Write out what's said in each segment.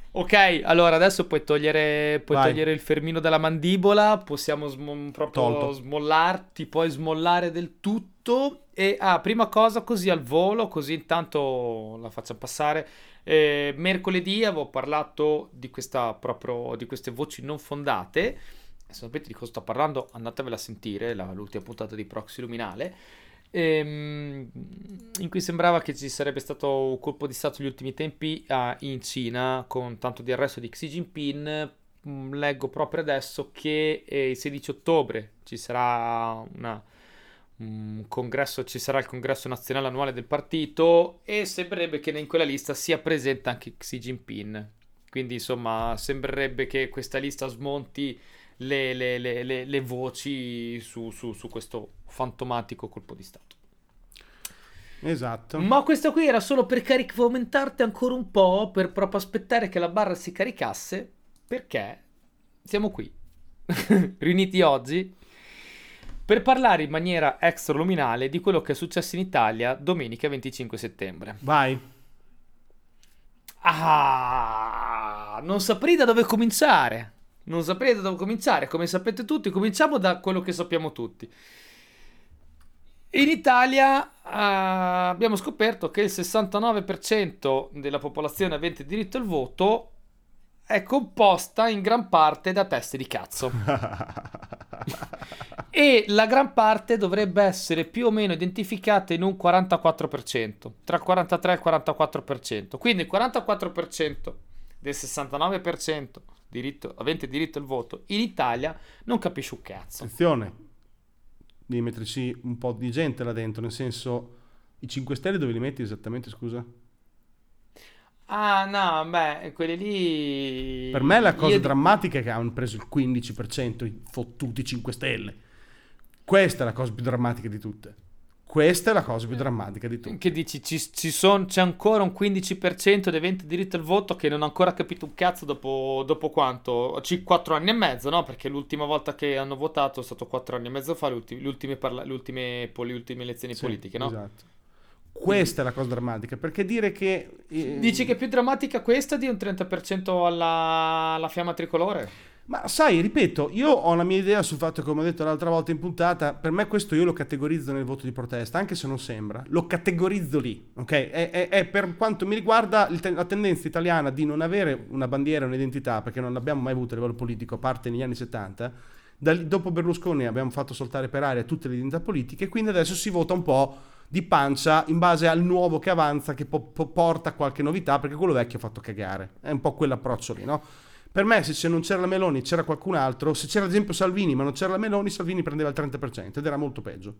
Ok, allora adesso puoi Vai, togliere il fermino dalla mandibola, possiamo proprio tolto. smollarti, puoi smollare del tutto. E prima cosa, così al volo, così intanto la facciamo passare. Mercoledì avevo parlato di questa proprio di queste voci non fondate. Se sapete di cosa sto parlando, andatevela a sentire, l'ultima puntata di Proxy Luminale. In cui sembrava che ci sarebbe stato un colpo di stato negli ultimi tempi in Cina con tanto di arresto di Xi Jinping. Leggo proprio adesso che il 16 ottobre un congresso, ci sarà il congresso nazionale annuale del partito e sembrerebbe che in quella lista sia presente anche Xi Jinping. Quindi insomma sembrerebbe che questa lista smonti le voci su questo fantomatico colpo di Stato. Esatto. Ma questo qui era solo per fomentarti ancora un po', per proprio aspettare che la barra si caricasse, perché siamo qui, riuniti oggi, per parlare in maniera extraluminale di quello che è successo in Italia domenica 25 settembre. Vai. Non saprei da dove cominciare. Non saprei da dove cominciare. Come sapete tutti, cominciamo da quello che sappiamo tutti. In Italia abbiamo scoperto che il 69% della popolazione avente diritto al voto è composta in gran parte da teste di cazzo. E la gran parte dovrebbe essere più o meno identificata in un 44%, tra il 43 e il 44%. Quindi il 44% del 69% avente diritto al voto in Italia non capisce un cazzo. Attenzione, devi metterci un po' di gente là dentro, nel senso, i 5 Stelle dove li metti esattamente, scusa? Ah, no, beh, quelli Per me la lì. cosa drammatica è che hanno preso il 15%, i fottuti 5 Stelle. Questa è la cosa più drammatica di tutte. Questa è la cosa più drammatica di Che tutte. dici? C'è ancora un 15% di aventi diritto al voto che non ha ancora capito un cazzo dopo quanto? 4 anni e mezzo, no? Perché l'ultima volta che hanno votato è stato 4 anni e mezzo fa, le ultime elezioni Sì, politiche, no? esatto. Quindi Questa è la cosa drammatica, perché dire che... dici che è più drammatica questa di un 30% alla fiamma tricolore? ma sai, ripeto, io ho la mia idea sul fatto che, come ho detto l'altra volta in puntata, per me questo io lo categorizzo nel voto di protesta, anche se non sembra, lo categorizzo lì, ok? È per quanto mi riguarda la tendenza italiana di non avere una bandiera, un'identità, perché non l'abbiamo mai avuto a livello politico, a parte negli anni 70. Dopo Berlusconi abbiamo fatto saltare per aria tutte le identità politiche, quindi adesso si vota un po' di pancia in base al nuovo che avanza, che porta qualche novità, perché quello vecchio ha fatto cagare. È un po' quell'approccio lì, no? Per me, se non c'era la Meloni, c'era qualcun altro. Se c'era ad esempio Salvini, ma non c'era la Meloni, Salvini prendeva il 30% ed era molto peggio.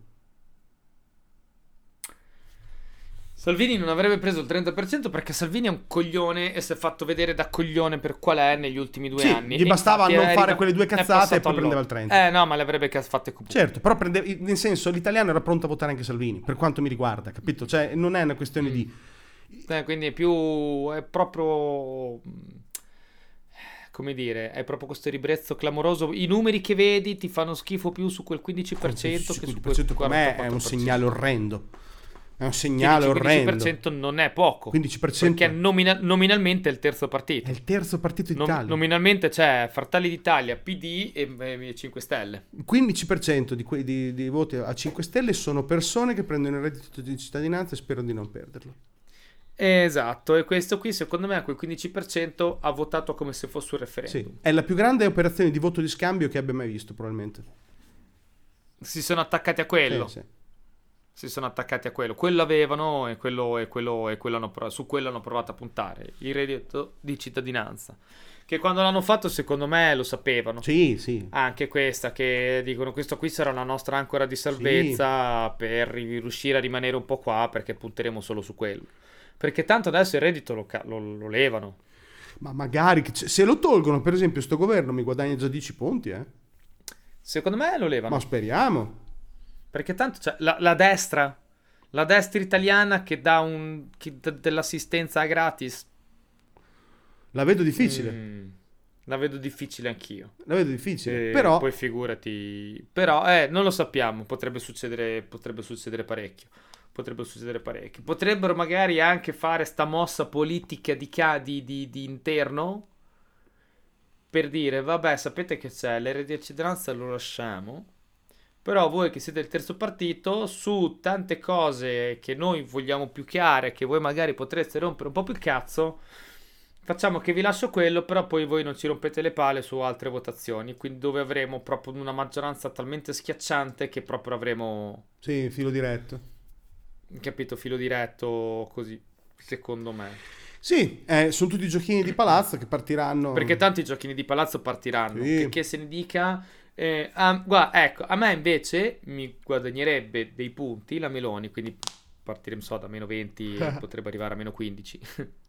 Salvini non avrebbe preso il 30% perché Salvini è un coglione e si è fatto vedere da coglione per qual è negli ultimi due Sì, anni. gli E bastava infatti non fare è quelle due è cazzate e passato poi prendeva il all'8. 30%. No, ma le avrebbe fatte comunque. Certo, però prendeva, nel senso, l'italiano era pronto a votare anche Salvini, per quanto mi riguarda, capito? Cioè, non è una questione Mm. di... Quindi è proprio, come dire, è proprio questo ribrezzo clamoroso. I numeri che vedi ti fanno schifo più su quel 15% che su quel 15% per me è un segnale 44%. orrendo. È un Che segnale dici orrendo. 15% non è poco, perché 15% nominalmente è il terzo è partito. il terzo partito d'Italia. Nominalmente c'è Fratelli d'Italia, PD e 5 Stelle. Il 15% di voti a 5 Stelle sono persone che prendono il reddito di cittadinanza e sperano di non perderlo. Esatto, e questo qui secondo me quel 15% ha votato come se fosse un Sì, referendum. è la più grande operazione di voto di scambio che abbia mai visto, probabilmente. Si sono attaccati a Sì, quello. sì. Si sono attaccati a quello. Quello avevano e su quello hanno provato a puntare. Il reddito di cittadinanza. Che quando l'hanno fatto secondo me lo sapevano. Sì, sì. Anche questa che dicono questo qui sarà la nostra ancora di Sì. salvezza per riuscire a rimanere un po' qua perché punteremo solo su quello. Perché tanto adesso il reddito lo levano. Ma magari, se lo tolgono, per esempio, sto governo mi guadagna già 10 punti, eh? Secondo me lo Ma levano. speriamo. Perché tanto c'è la destra italiana che dà dell'assistenza gratis. La vedo difficile. Mm, la vedo difficile anch'io. La vedo difficile. Però, Poi figurati. Però, non lo sappiamo. Potrebbe succedere parecchio. Potrebbero succedere parecchi. Potrebbero magari anche fare sta mossa politica di interno per dire, vabbè, sapete che c'è, l'eredità di cittadinanza lo lasciamo, però voi che siete il terzo partito, su tante cose che noi vogliamo più chiare, che voi magari potreste rompere un po' più il cazzo, facciamo che vi lascio quello, però poi voi non ci rompete le palle su altre votazioni, quindi dove avremo proprio una maggioranza talmente schiacciante che proprio avremo, Sì, filo diretto. capito, filo diretto così, secondo me. Sì, sono tutti giochini di palazzo che partiranno. Perché tanti giochini di palazzo partiranno, Sì. che se ne dica. Guarda, ecco, a me invece mi guadagnerebbe dei punti la Meloni, quindi partiremo so da meno 20 e potrebbe arrivare a meno 15.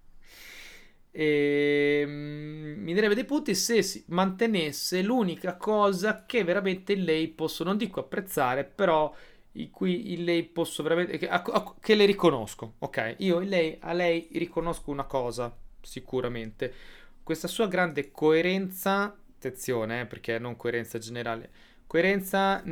Mi darebbe dei punti se si mantenesse l'unica cosa che veramente lei posso, non dico apprezzare, però lei posso veramente che le riconosco. Ok, io a lei riconosco una cosa sicuramente, questa sua grande coerenza, attenzione, perché non coerenza generale, coerenza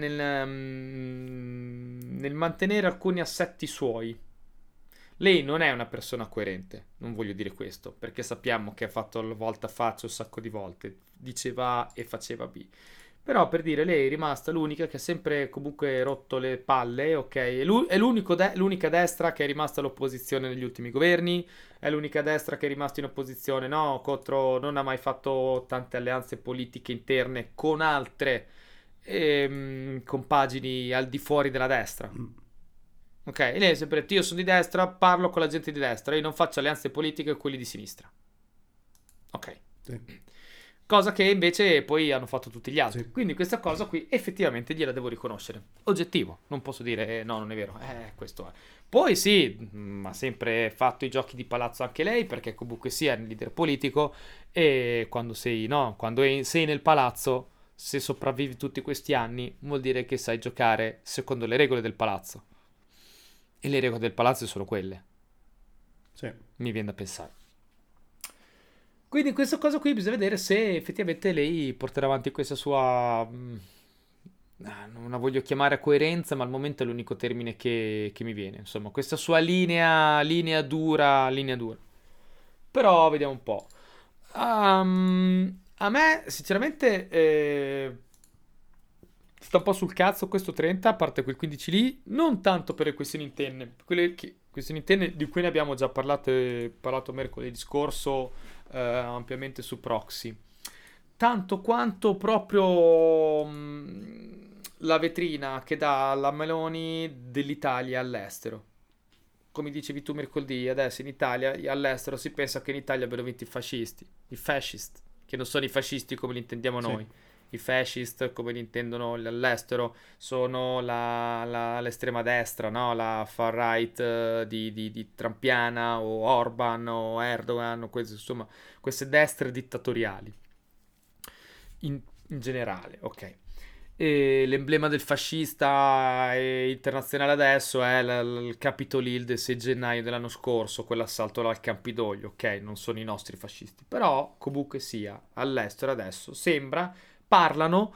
nel mantenere alcuni assetti suoi. Lei non è una persona coerente, non voglio dire questo, perché sappiamo che ha fatto la volta faccia un sacco di volte, diceva A e faceva B. Però per dire, lei è rimasta l'unica che ha sempre comunque rotto le palle, ok? È l'unica destra che è rimasta all'opposizione negli ultimi governi, è l'unica destra che è rimasta in opposizione, no? Contro, non ha mai fatto tante alleanze politiche interne con altre compagini al di fuori della destra. Ok, e lei è sempre detto, io sono di destra, parlo con la gente di destra, io non faccio alleanze politiche con quelli di sinistra. Ok. Sì. Cosa che invece poi hanno fatto tutti gli altri. Sì. Quindi questa cosa qui effettivamente gliela devo riconoscere. Oggettivo, non posso dire no, non è vero. Questo è. Poi sì, ha sempre fatto i giochi di palazzo anche lei, perché comunque sia un leader politico e quando sei, no, sei nel palazzo, se sopravvivi tutti questi anni, vuol dire che sai giocare secondo le regole del palazzo. E le regole del palazzo sono quelle. Sì. Mi viene da pensare. Quindi in questa cosa qui bisogna vedere se effettivamente lei porterà avanti questa sua... non la voglio chiamare coerenza, ma al momento è l'unico termine che mi viene. Insomma, questa sua linea dura. Però vediamo un po'. A me, sinceramente, sta un po' sul cazzo questo 30, a parte quel 15 lì, non tanto per le questioni interne, questioni interne di cui ne abbiamo già parlato mercoledì scorso ampiamente su Proxy, tanto quanto proprio la vetrina che dà la Meloni dell'Italia all'estero. Come dicevi tu mercoledì, adesso in Italia, all'estero si pensa che in Italia abbiano vinto i fascisti, i fascist, che non sono i fascisti come li intendiamo noi. I fascist, come li intendono all'estero, sono l'estrema destra, no? La far right di Trumpiana o Orban o Erdogan, o insomma, queste destre dittatoriali. In generale, ok. E l'emblema del fascista internazionale adesso è il Capitol Hill del 6 gennaio dell'anno scorso, quell'assalto là al Campidoglio, ok? Non sono i nostri fascisti, però comunque sia, all'estero adesso sembra... parlano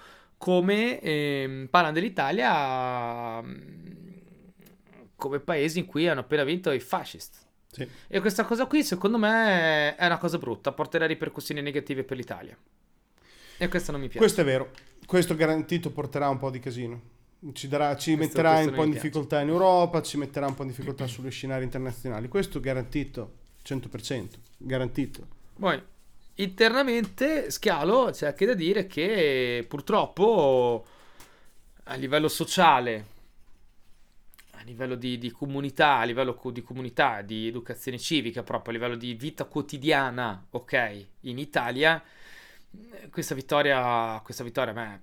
dell'Italia come paesi in cui hanno appena vinto i fascisti. Sì. E questa cosa qui secondo me è una cosa brutta, porterà ripercussioni negative per l'Italia, e questo non mi piace. Questo è vero, questo garantito porterà un po' di casino, ci metterà un po' in difficoltà in Europa, ci metterà un po' in difficoltà sugli scenari internazionali, questo garantito 100%, garantito. Poi internamente, Schialo, c'è anche da dire che purtroppo a livello sociale, a livello di comunità, a livello di comunità, di educazione civica, proprio a livello di vita quotidiana, ok, in Italia, questa vittoria a me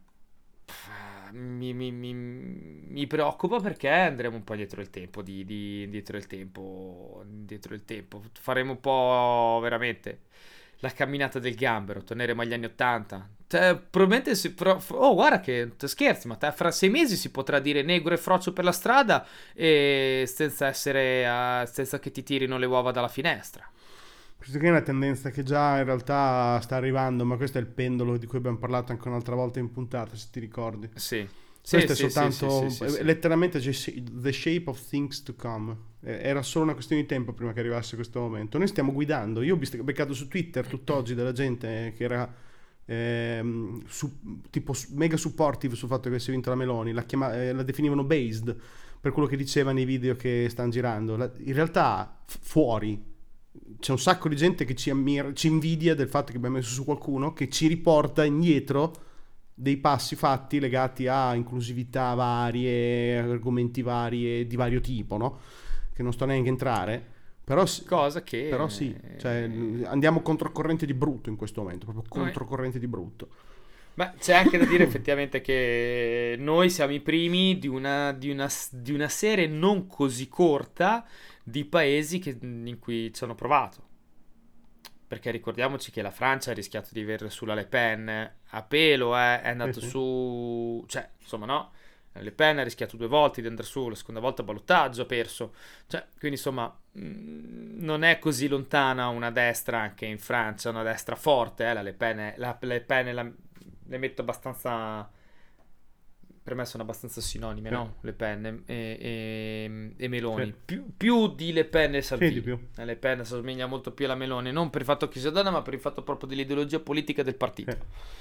mi preoccupa, perché andremo un po' dietro il tempo, dietro il tempo, faremo un po' veramente la camminata del gambero, torneremo agli anni 80. Probabilmente guarda che te scherzi, ma fra 6 mesi si potrà dire negro e frocio per la strada e senza che ti tirino le uova dalla finestra. Questa qui è una tendenza che già in realtà sta arrivando, ma questo è il pendolo di cui abbiamo parlato anche un'altra volta in puntata, se ti ricordi. Sì. Sì, Questo è sì, sì, sì, soltanto, sì, sì, sì. letteralmente, The Shape of Things to Come. Era solo una questione di tempo prima che arrivasse questo momento. Noi stiamo guidando. Io ho beccato su Twitter tutt'oggi della gente che era tipo mega supportive sul fatto che avesse vinto la Meloni. La definivano based per quello che diceva nei video che stanno girando. In realtà, fuori c'è un sacco di gente che ci ammira, ci invidia del fatto che abbiamo messo su qualcuno che ci riporta indietro dei passi fatti legati a inclusività varie, argomenti varie di vario tipo, no? Che non sto neanche a entrare, però, Cosa però sì, che... cioè, andiamo controcorrente di brutto in questo momento, proprio eh, controcorrente di brutto. Beh, c'è anche da dire effettivamente che noi siamo i primi di una serie non così corta di paesi in cui ci hanno provato. Perché ricordiamoci che la Francia ha rischiato di avere sulla Le Pen a pelo, è Sì, andato sì. su... Cioè, insomma, no. Le Pen ha rischiato 2 volte di andare su, la seconda volta a ballottaggio, ha perso. Cioè, quindi insomma, non è così lontana una destra anche in Francia, una destra forte, la Le Pen, le metto abbastanza... Per me sono abbastanza sinonime, Sì, no? Le Pen e sì. Meloni. Più di Le Pen e Sì, di Salvini. più. Le Pen assomiglia molto più alla Meloni, non per il fatto che sia donna, ma per il fatto proprio dell'ideologia politica del Sì. partito.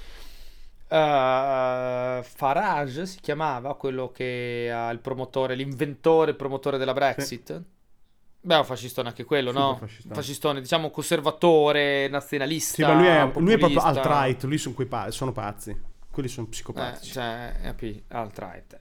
Farage si chiamava quello che ha il promotore, l'inventore, il promotore della Sì. Brexit. Beh, è un fascistone anche quello, Super no? Un fascista. fascistone, diciamo conservatore, Sì, ma lui nazionalista, è proprio populista. alt-right, lui sono sono pazzi. Quelli sono psicopatici. Cioè, alt-right.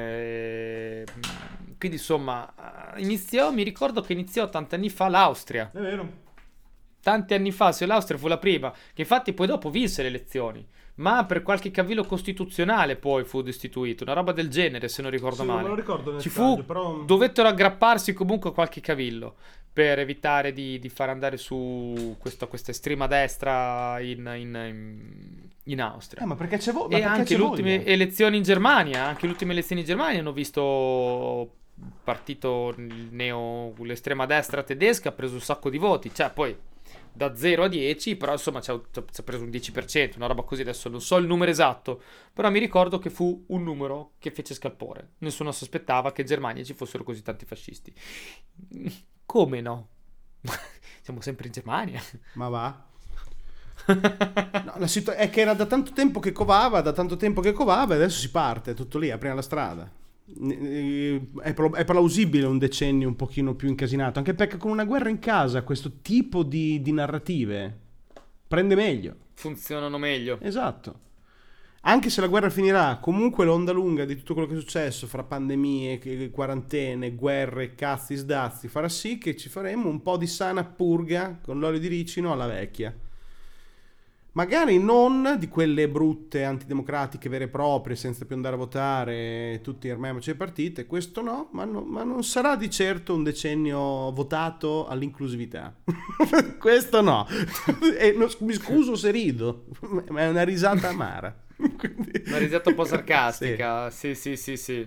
Quindi insomma, mi ricordo che iniziò tanti anni fa l'Austria. È vero. Tanti anni fa, se l'Austria fu la prima, che infatti poi dopo vinse le elezioni, ma per qualche cavillo costituzionale poi fu destituito, una roba del genere, se non ricordo Sì, non me lo male. ricordo nel Ci dettaglio, fu, però... dovettero aggrapparsi comunque a qualche cavillo per evitare di far andare su questa estrema destra in Austria. Ma perché ma E perché anche c'è le ultime voglia? elezioni in Germania, anche le ultime elezioni in Germania hanno visto il partito l'estrema destra tedesca ha preso un sacco di voti, cioè poi da 0 a 10, però insomma ci ha preso un 10%, una roba così, adesso non so il numero esatto, però mi ricordo che fu un numero che fece scalpore. Nessuno si aspettava che in Germania ci fossero così tanti fascisti. Come no? Siamo sempre in Germania. Ma va. No, è che era da tanto tempo che covava e adesso si parte, è tutto lì, apriamo la strada. È plausibile un decennio un pochino più incasinato, anche perché con una guerra in casa questo tipo di narrative prende meglio. Funzionano meglio. Esatto. Anche se la guerra finirà, comunque l'onda lunga di tutto quello che è successo fra pandemie, quarantene, guerre, cazzi, sdazzi, farà sì che ci faremo un po' di sana purga con l'olio di ricino alla vecchia. Magari non di quelle brutte antidemocratiche vere e proprie, senza più andare a votare, tutti armiamoci le partite, questo no, ma non sarà di certo un decennio votato all'inclusività. Questo no. Mi scuso se rido, ma è una risata amara. Quindi... Una risata un po' Sì. sarcastica. Sì, sì, sì, sì.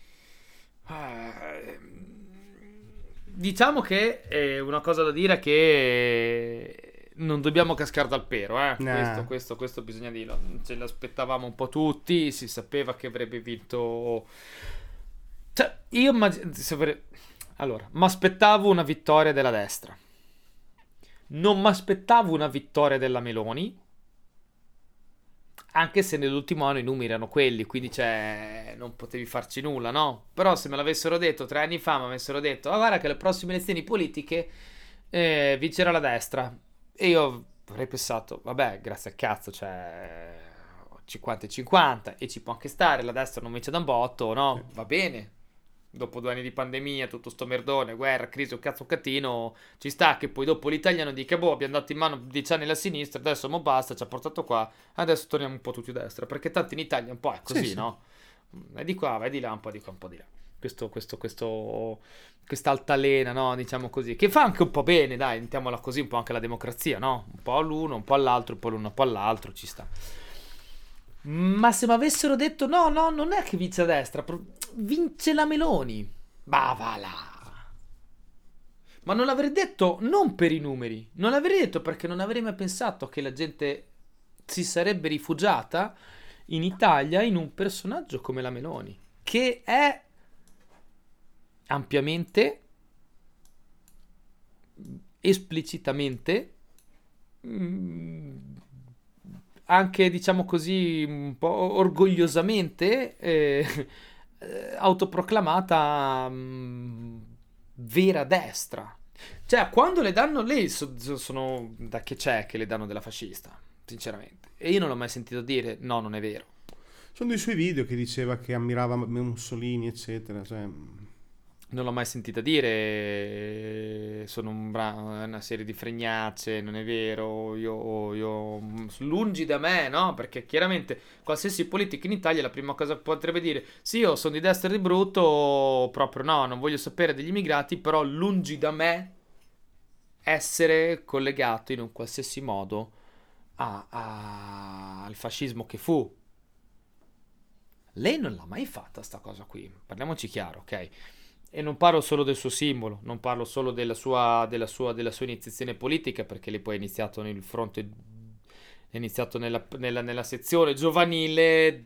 Diciamo che una cosa da dire è che non dobbiamo cascare dal pero, eh. Nah. Questo bisogna dirlo. Ce l'aspettavamo un po' tutti, si sapeva che avrebbe vinto. Cioè, allora, mi aspettavo una vittoria della destra. Non mi aspettavo una vittoria della Meloni. Anche se nell'ultimo anno i numeri erano quelli, quindi cioè, non potevi farci nulla, no? Però se me l'avessero detto 3 anni fa, mi avessero detto, guarda che le prossime elezioni politiche vincerà la destra. E io avrei pensato, vabbè, grazie al cazzo, cioè 50 e 50, e ci può anche stare, la destra non vince da un botto, no? Va bene. Dopo 2 anni di pandemia, tutto sto merdone, guerra, crisi, un cazzo un catino, ci sta che poi dopo l'italiano dica, boh, abbiamo dato in mano 10 anni alla sinistra, adesso mo basta, ci ha portato qua, adesso torniamo un po' tutti a destra, perché tanto in Italia un po' è così, Sì, sì. no? Vai di qua, vai di là, un po' di qua, un po' di là. Questa altalena, no? Diciamo così, che fa anche un po' bene, dai, mettiamola così, un po' anche la democrazia, no? Un po' all'uno, un po' all'altro, un po' l'uno, un po' all'altro, ci sta. Ma se mi avessero detto no, non è che vince a destra, vince la Meloni. Ma va là. Ma non l'avrei detto non per i numeri, non l'avrei detto perché non avrei mai pensato che la gente si sarebbe rifugiata in Italia in un personaggio come la Meloni, che è ampiamente, esplicitamente, anche diciamo così un po' orgogliosamente autoproclamata vera destra. Cioè, quando le danno lei sono da che c'è che le danno della fascista, sinceramente. E io non l'ho mai sentito dire no, non è vero. Sono dei suoi video che diceva che ammirava Mussolini, eccetera. Cioè, Non l'ho mai sentita dire, sono una serie di fregnacce, non è vero, lungi da me, no? Perché chiaramente qualsiasi politico in Italia la prima cosa che potrebbe dire, sì, io sono di destra di brutto, proprio no, non voglio sapere degli immigrati, però lungi da me essere collegato in un qualsiasi modo al fascismo che fu. Lei non l'ha mai fatta sta cosa qui, parliamoci chiaro, ok? E non parlo solo del suo simbolo, non parlo solo della sua iniziazione politica, perché lei poi ha iniziato nel fronte, è iniziato nella sezione giovanile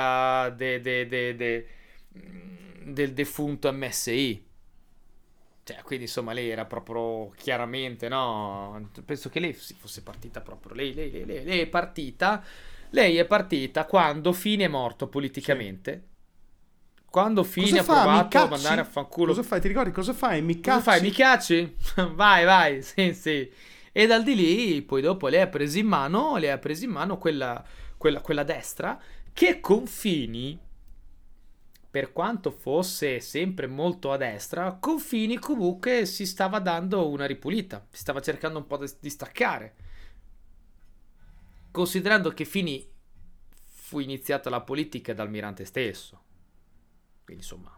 del defunto MSI. Cioè, quindi insomma lei era proprio chiaramente, no? Penso che lei fosse partita proprio. Lei è partita. Lei è partita quando Fini è morto sì. politicamente. Quando Fini Cosa ha fa? Mi provato a mandare a cacci? Cosa fanculo. fai? Ti ricordi cosa fai? Mi Cosa fai? Mi cacci? cacci? Vai, vai. Sì, sì. E dal di lì, poi dopo lei ha preso in mano quella destra che con Fini, per quanto fosse sempre molto a destra, Confini comunque si stava dando una ripulita, si stava cercando un po' di staccare. Considerando che Fini fu iniziata la politica dal Almirante stesso. Quindi insomma,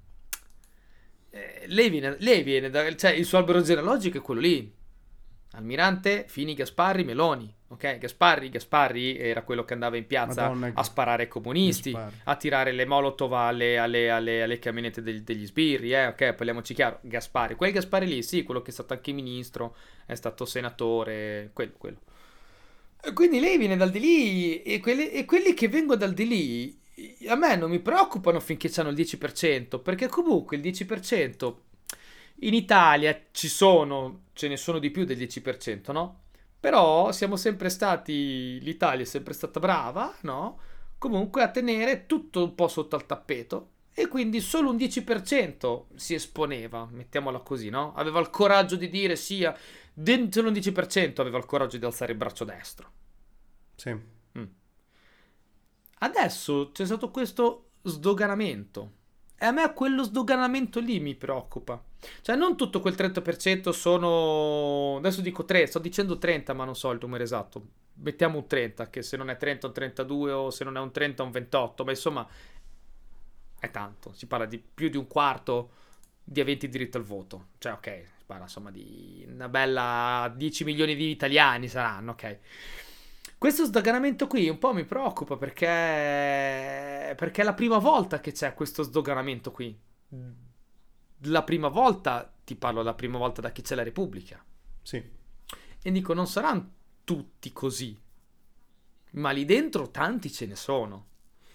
lei viene cioè il suo albero genealogico è quello lì. Almirante, Fini, Gasparri, Meloni. Ok, Gasparri era quello che andava in piazza Madonna, a sparare ai comunisti, Gaspare. a tirare le molotov alle camionette degli sbirri, ok, parliamoci chiaro, Gasparri. Quel Gasparri lì, sì, quello che è stato anche ministro, è stato senatore, quello. E quindi lei viene dal di lì e quelli che vengono dal di lì a me non mi preoccupano finché hanno il 10%, perché comunque il 10% in Italia ce ne sono di più del 10%, no? Però siamo sempre stati, l'Italia è sempre stata brava, no? Comunque a tenere tutto un po' sotto al tappeto e quindi solo un 10% si esponeva, mettiamola così, no? Aveva il coraggio di dire sia, solo un 10% aveva il coraggio di alzare il braccio destro. Sì. Mm. Adesso c'è stato questo sdoganamento. E a me quello sdoganamento lì mi preoccupa. Cioè, non tutto quel 30% sono. Adesso dico 3, sto dicendo 30, ma non so il numero esatto. Mettiamo un 30, che se non è 30 è un 32, o se non è un 30 è un 28. Ma insomma, è tanto. Si parla di più di un quarto di aventi diritto al voto. Cioè, ok, si parla insomma di una bella 10 milioni di italiani saranno, ok. Questo sdoganamento qui un po' mi preoccupa perché è la prima volta che c'è questo sdoganamento qui. La prima volta, ti parlo la prima volta da che c'è la Repubblica. Sì. E dico, non saranno tutti così, ma lì dentro tanti ce ne sono.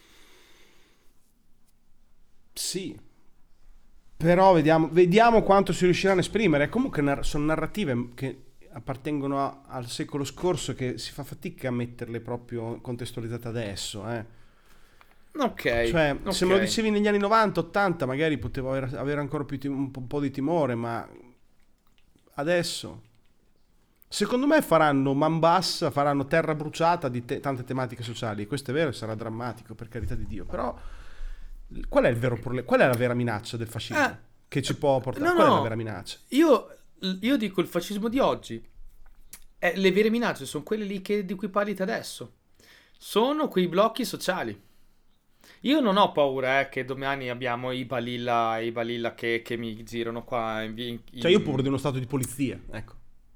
Sì. Però vediamo quanto si riusciranno a esprimere. Comunque sono narrative che appartengono al secolo scorso che si fa fatica a metterle proprio contestualizzate adesso. Ok, Cioè, se me lo ok. dicevi negli anni 90, 80, magari potevo avere ancora più un po' di timore, ma adesso... Secondo me faranno man bassa, faranno terra bruciata di tante tematiche sociali. Questo è vero, sarà drammatico, per carità di Dio. Però qual è il vero problema? Qual è la vera minaccia del fascismo? Ah, Che ci può portare? no, Qual è la vera no, minaccia? io dico il fascismo di oggi. Le vere minacce sono quelle lì di cui parli te adesso. Sono quei blocchi sociali. Io non ho paura, che domani abbiamo i balilla che mi girano qua Cioè, io ho paura di uno stato di polizia, ecco.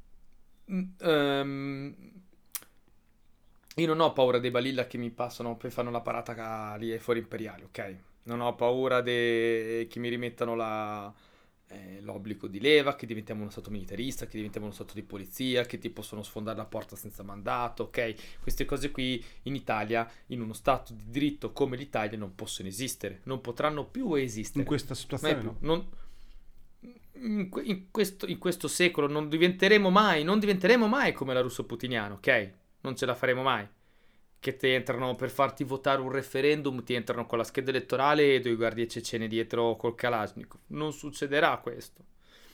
ehm, io non ho paura dei balilla che mi passano e fanno la parata lì ai fori imperiali, ok? Non ho paura che mi rimettano l'obbligo di leva, che diventiamo uno stato militarista, che diventiamo uno stato di polizia, che ti possono sfondare la porta senza mandato, ok? Queste cose qui in Italia, in uno stato di diritto come l'Italia, non possono esistere, non potranno più In esistere. questa Mai situazione più. no. In questo secolo non diventeremo mai come la russo-putiniana, ok? Non ce la faremo mai. Che ti entrano per farti votare un referendum, ti entrano con la scheda elettorale e due guardie cecene dietro col Kalashnikov. Non succederà questo.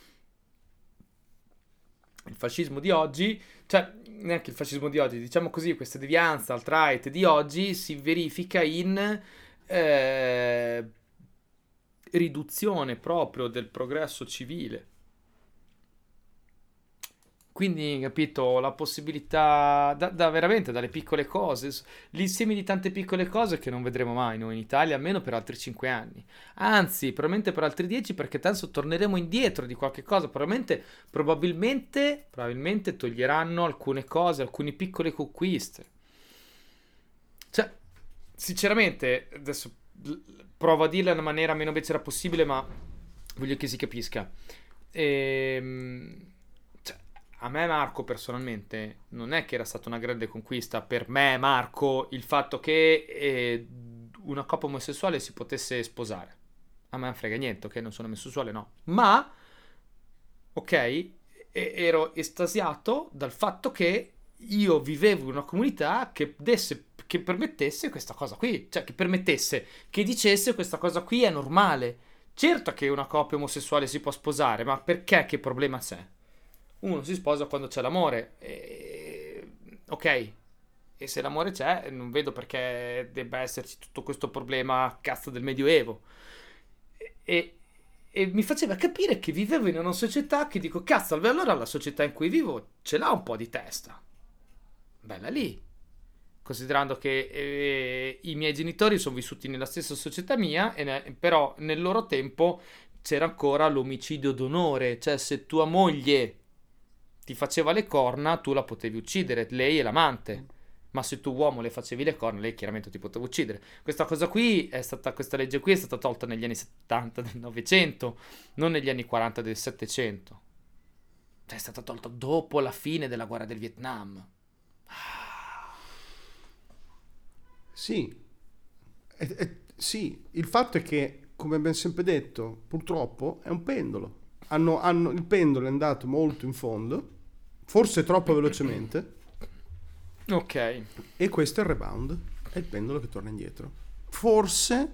Il fascismo di oggi, cioè neanche il fascismo di oggi, diciamo così, questa devianza alt-right di oggi si verifica in eh, riduzione proprio del progresso civile. Quindi, capito, la possibilità veramente dalle piccole cose, l'insieme di tante piccole cose che non vedremo mai noi in Italia, almeno per altri 5 anni. Anzi, probabilmente per altri 10 perché tanto torneremo indietro di qualche cosa. Probabilmente toglieranno alcune cose, alcune piccole conquiste. Cioè, sinceramente, adesso provo a dirla in una maniera meno becera possibile, ma voglio che si capisca. Cioè, a me Marco personalmente non è che era stata una grande conquista per me Marco il fatto che una coppia omosessuale si potesse sposare. A me non frega niente, ok? Non sono omosessuale, no. Ma, ok, ero estasiato dal fatto che io vivevo in una comunità che permettesse questa cosa qui. Cioè, che permettesse, che dicesse questa cosa qui è normale. Certo che una coppia omosessuale si può sposare, ma perché? Che problema c'è? Uno si sposa quando c'è l'amore. Ok. E se l'amore c'è, non vedo perché debba esserci tutto questo problema cazzo del Medioevo. E, e mi faceva capire che vivevo in una società che dico, cazzo, allora la società in cui vivo ce l'ha un po' di testa. Bella lì. Considerando che i miei genitori sono vissuti nella stessa società mia, però nel loro tempo c'era ancora l'omicidio d'onore, cioè se tua moglie ti faceva le corna, tu la potevi uccidere, lei e l'amante. Ma se tu uomo le facevi le corna, lei chiaramente ti poteva uccidere. Questa legge qui è stata tolta negli anni 70 del Novecento, non negli anni 40 del Settecento. Cioè è stata tolta dopo la fine della guerra del Vietnam. Sì. Sì, il fatto è che, come abbiamo sempre detto, purtroppo è un pendolo. Il pendolo è andato molto in fondo, forse troppo velocemente, Ok. e questo è il rebound, è il pendolo che torna indietro. Forse,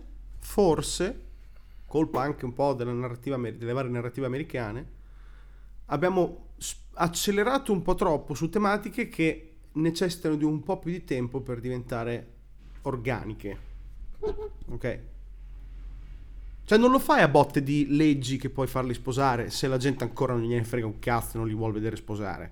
colpa anche un po' delle varie narrative americane, abbiamo accelerato un po' troppo su tematiche che necessitano di un po' più di tempo per diventare organiche. Ok? Cioè non lo fai a botte di leggi che puoi farli sposare se la gente ancora non gliene frega un cazzo e non li vuole vedere sposare.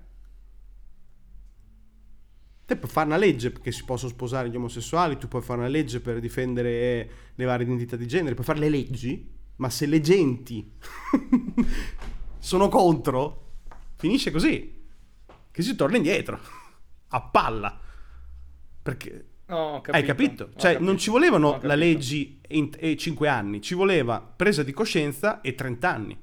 Te puoi fare una legge perché si possono sposare gli omosessuali, tu puoi fare una legge per difendere le varie identità di genere, puoi fare le leggi, ma se le genti sono contro, finisce così, che si torna indietro, a palla. Perché Ho hai capito. capito? Ho Cioè capito. non ci volevano Ho la capito. leggi e 5 anni, ci voleva presa di coscienza e 30 anni.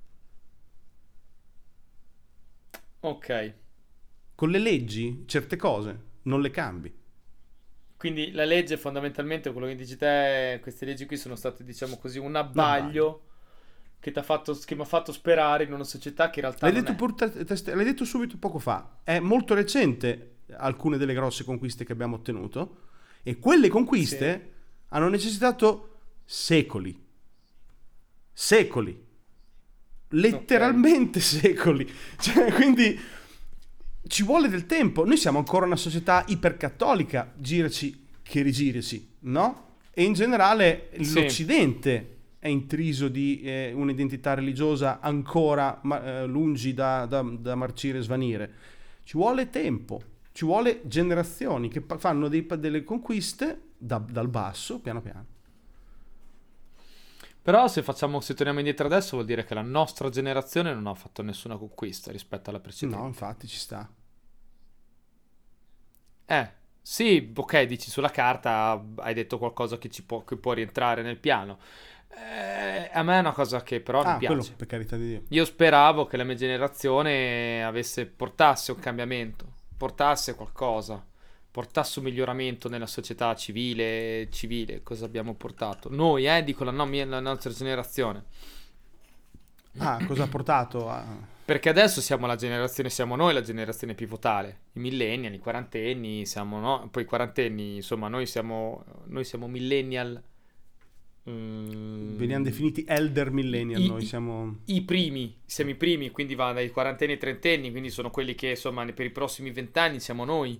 Ok. Con le leggi certe cose non le cambi. Quindi la legge fondamentalmente, quello che dici te, queste leggi qui sono state, diciamo così, un L'abbaglio. abbaglio che mi ha fatto sperare in una società che in realtà non è. L'hai detto subito poco fa. È molto recente alcune delle grosse conquiste che abbiamo ottenuto e quelle Sì. conquiste hanno necessitato secoli. Secoli. Ok. Letteralmente secoli. Cioè, quindi ci vuole del tempo. Noi siamo ancora una società ipercattolica, giraci che rigiraci, no? E in generale Sì. l'Occidente è intriso di un'identità religiosa ancora lungi da marcire e svanire. Ci vuole tempo, ci vuole generazioni che fanno delle conquiste dal basso, piano piano. Però se torniamo indietro adesso vuol dire che la nostra generazione non ha fatto nessuna conquista rispetto alla No, precedente. infatti ci sta. Sì, ok, dici sulla carta hai detto qualcosa che può rientrare nel piano. A me è una cosa che però non Quello, piace. per carità di Dio. Io speravo che la mia generazione portasse un cambiamento, portasse qualcosa, portasse un miglioramento nella società civile. Cosa abbiamo portato? Noi, dico la nostra generazione. Cosa ha portato a... Perché adesso siamo noi la generazione pivotale. I millennial, i quarantenni, siamo no? Poi i quarantenni, insomma, noi siamo millennial. Veniamo definiti elder millennial, noi siamo... Siamo i primi, quindi va dai quarantenni ai trentenni, quindi sono quelli che, insomma, per i prossimi 20 anni siamo noi.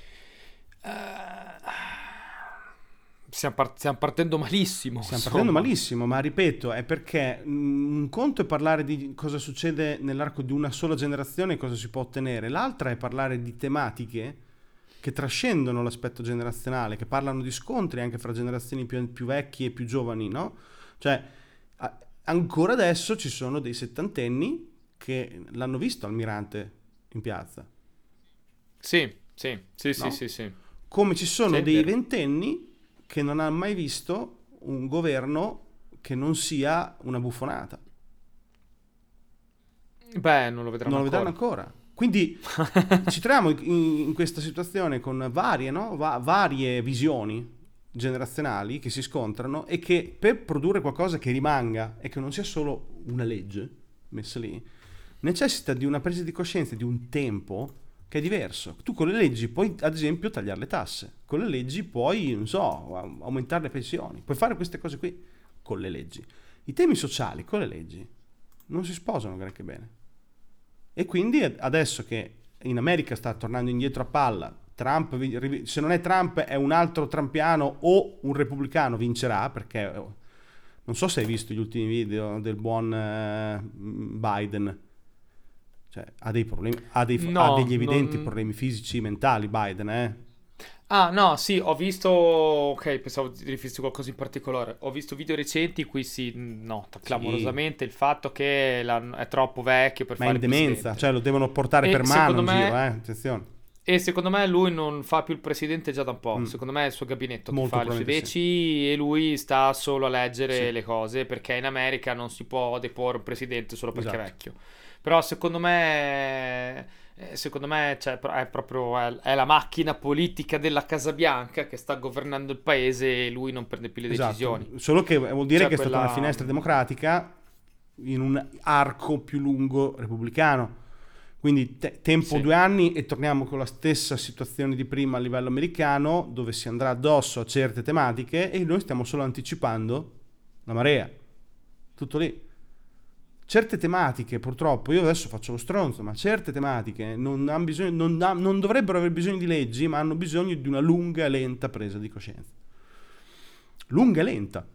Stiamo partendo malissimo. Stiamo partendo malissimo, ma ripeto, è perché un conto è parlare di cosa succede nell'arco di una sola generazione e cosa si può ottenere, l'altra è parlare di tematiche che trascendono l'aspetto generazionale, che parlano di scontri anche fra generazioni più vecchie e più giovani, no? Cioè, ancora adesso ci sono dei settantenni che l'hanno visto Almirante in piazza. Sì. No? Sì. Come ci sono Sì, dei vero. ventenni che non hanno mai visto un governo che non sia una buffonata. Beh, non lo vedranno Non lo vedranno ancora. ancora. Quindi ci troviamo in questa situazione con varie, no? Varie visioni generazionali che si scontrano e che per produrre qualcosa che rimanga e che non sia solo una legge messa lì, necessita di una presa di coscienza, di un tempo che è diverso. Tu con le leggi puoi, ad esempio, tagliare le tasse, con le leggi puoi, non so, aumentare le pensioni, puoi fare queste cose qui con le leggi. I temi sociali con le leggi non si sposano granché bene. E quindi adesso che in America sta tornando indietro a palla, Trump, se non è Trump è un altro trumpiano o un repubblicano vincerà, perché non so se hai visto gli ultimi video del buon Biden. Cioè, ha dei problemi, ha degli evidenti problemi fisici, mentali, Biden, No, sì, ho visto. Ok, pensavo di riferirsi a qualcosa in particolare. Ho visto video recenti in cui clamorosamente il fatto che è troppo vecchio per Ma è fare in il demenza, presidente. cioè lo devono portare E per mano secondo in me- giro, attenzione. E secondo me lui non fa più il presidente già da un po'. Secondo me è il suo gabinetto che Molto fa le sue probabilmente veci e lui sta solo a leggere Sì. le cose perché in America non si può deporre un presidente solo perché Esatto. è vecchio. Però secondo me cioè, è la macchina politica della Casa Bianca che sta governando il paese e lui non prende più le Esatto. decisioni. Solo che vuol dire Cioè, che è stata quella- una finestra democratica in un arco più lungo repubblicano. Quindi tempo Sì. 2 anni e torniamo con la stessa situazione di prima a livello americano, dove si andrà addosso a certe tematiche e noi stiamo solo anticipando la marea. Tutto lì. Certe tematiche, purtroppo, io adesso faccio lo stronzo, ma certe tematiche non dovrebbero aver bisogno di leggi, ma hanno bisogno di una lunga e lenta presa di coscienza. Lunga e lenta.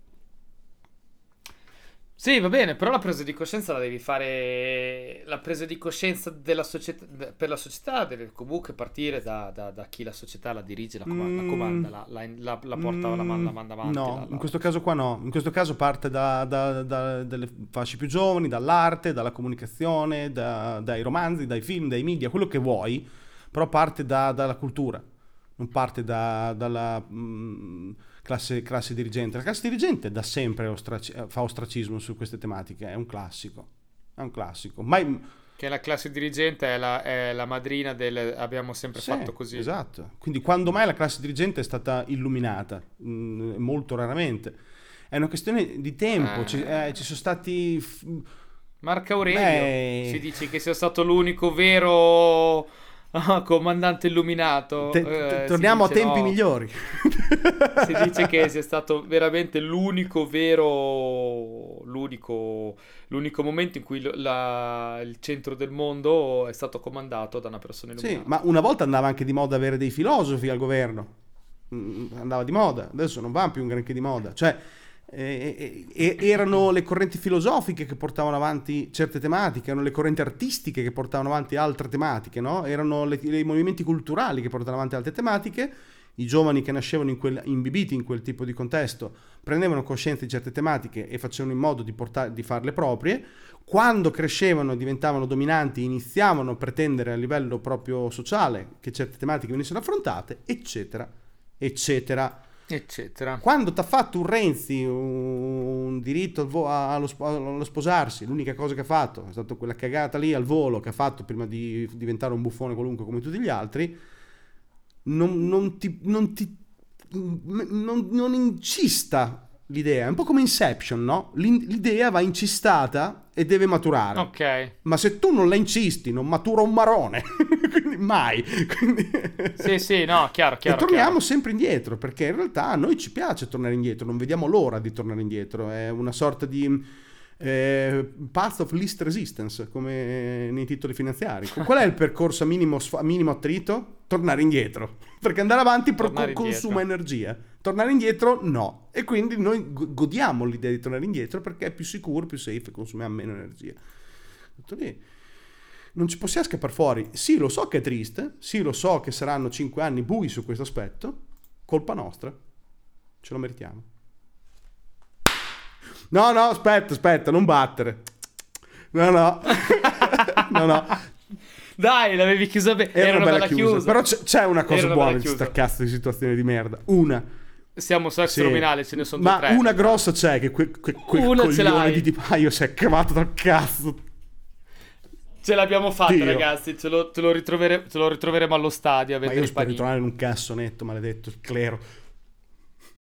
Sì, va bene, però la presa di coscienza la devi fare. La presa di coscienza della società, per la società deve comunque partire da chi la società la dirige, la comanda, la porta, la manda avanti. No, in questo caso qua no. In questo caso parte dalle fasce più giovani, dall'arte, dalla comunicazione, dai romanzi, dai film, dai media, quello che vuoi, però parte dalla cultura, non parte dalla classe dirigente. La classe dirigente da sempre fa ostracismo su queste tematiche, è un classico. È un classico. Che la classe dirigente è la madrina del abbiamo sempre Sì, fatto così. esatto. Quindi quando mai la classe dirigente è stata illuminata? Molto raramente. È una questione di tempo. Ci sono stati... Marco Aurelio Beh, si dice che sia stato l'unico vero comandante illuminato. torniamo a Si dice, tempi no. migliori. Si dice che sia stato veramente l'unico momento in cui il centro del mondo è stato comandato da una persona illuminata. Sì, ma una volta andava anche di moda avere dei filosofi al governo. Andava di moda, adesso non va più un granché di moda. Cioè, erano le correnti filosofiche che portavano avanti certe tematiche, erano le correnti artistiche che portavano avanti altre tematiche, no? Erano i movimenti culturali che portavano avanti altre tematiche. I giovani che nascevano imbibiti in quel tipo di contesto prendevano coscienza di certe tematiche e facevano in modo di farle proprie. Quando crescevano e diventavano dominanti, iniziavano a pretendere a livello proprio sociale che certe tematiche venissero affrontate, eccetera, eccetera. eccetera. Quando ti ha fatto un Renzi un diritto allo sposarsi, l'unica cosa che ha fatto è stata quella cagata lì al volo che ha fatto prima di diventare un buffone qualunque come tutti gli altri, non incista l'idea. È un po' come Inception, no? L'idea va incistata e deve maturare. Ok. Ma se tu non la incisti, non matura un marone. Quindi mai. Quindi... Sì, no, chiaro. E torniamo sempre indietro, perché in realtà a noi ci piace tornare indietro, non vediamo l'ora di tornare indietro. È una sorta di path of least resistance, come nei titoli finanziari. Qual è il percorso a minimo attrito? Tornare indietro, perché andare avanti consuma energia, tornare indietro no, e quindi noi godiamo l'idea di tornare indietro perché è più sicuro, più safe e consumiamo meno energia. Tutto lì. Non ci possiamo scappare fuori. Sì, lo so che è triste, sì, lo so che saranno 5 anni bui su questo aspetto, colpa nostra, ce lo meritiamo. No, aspetta, non battere. No. Dai, l'avevi chiusa bene. Era una bella chiusa. Però c'è una cosa buona in questa cazzo di situazione di merda. Una. Siamo su extraminale, ce ne sono ma 2 3. Una grossa c'è, che quel coglione di Di Maio si è cavato dal cazzo. Ce l'abbiamo fatta, Dio. ragazzi. Ce lo ritroveremo allo stadio a Ma vedere io il spero di panino. tornare in un cassonetto, maledetto, il clero.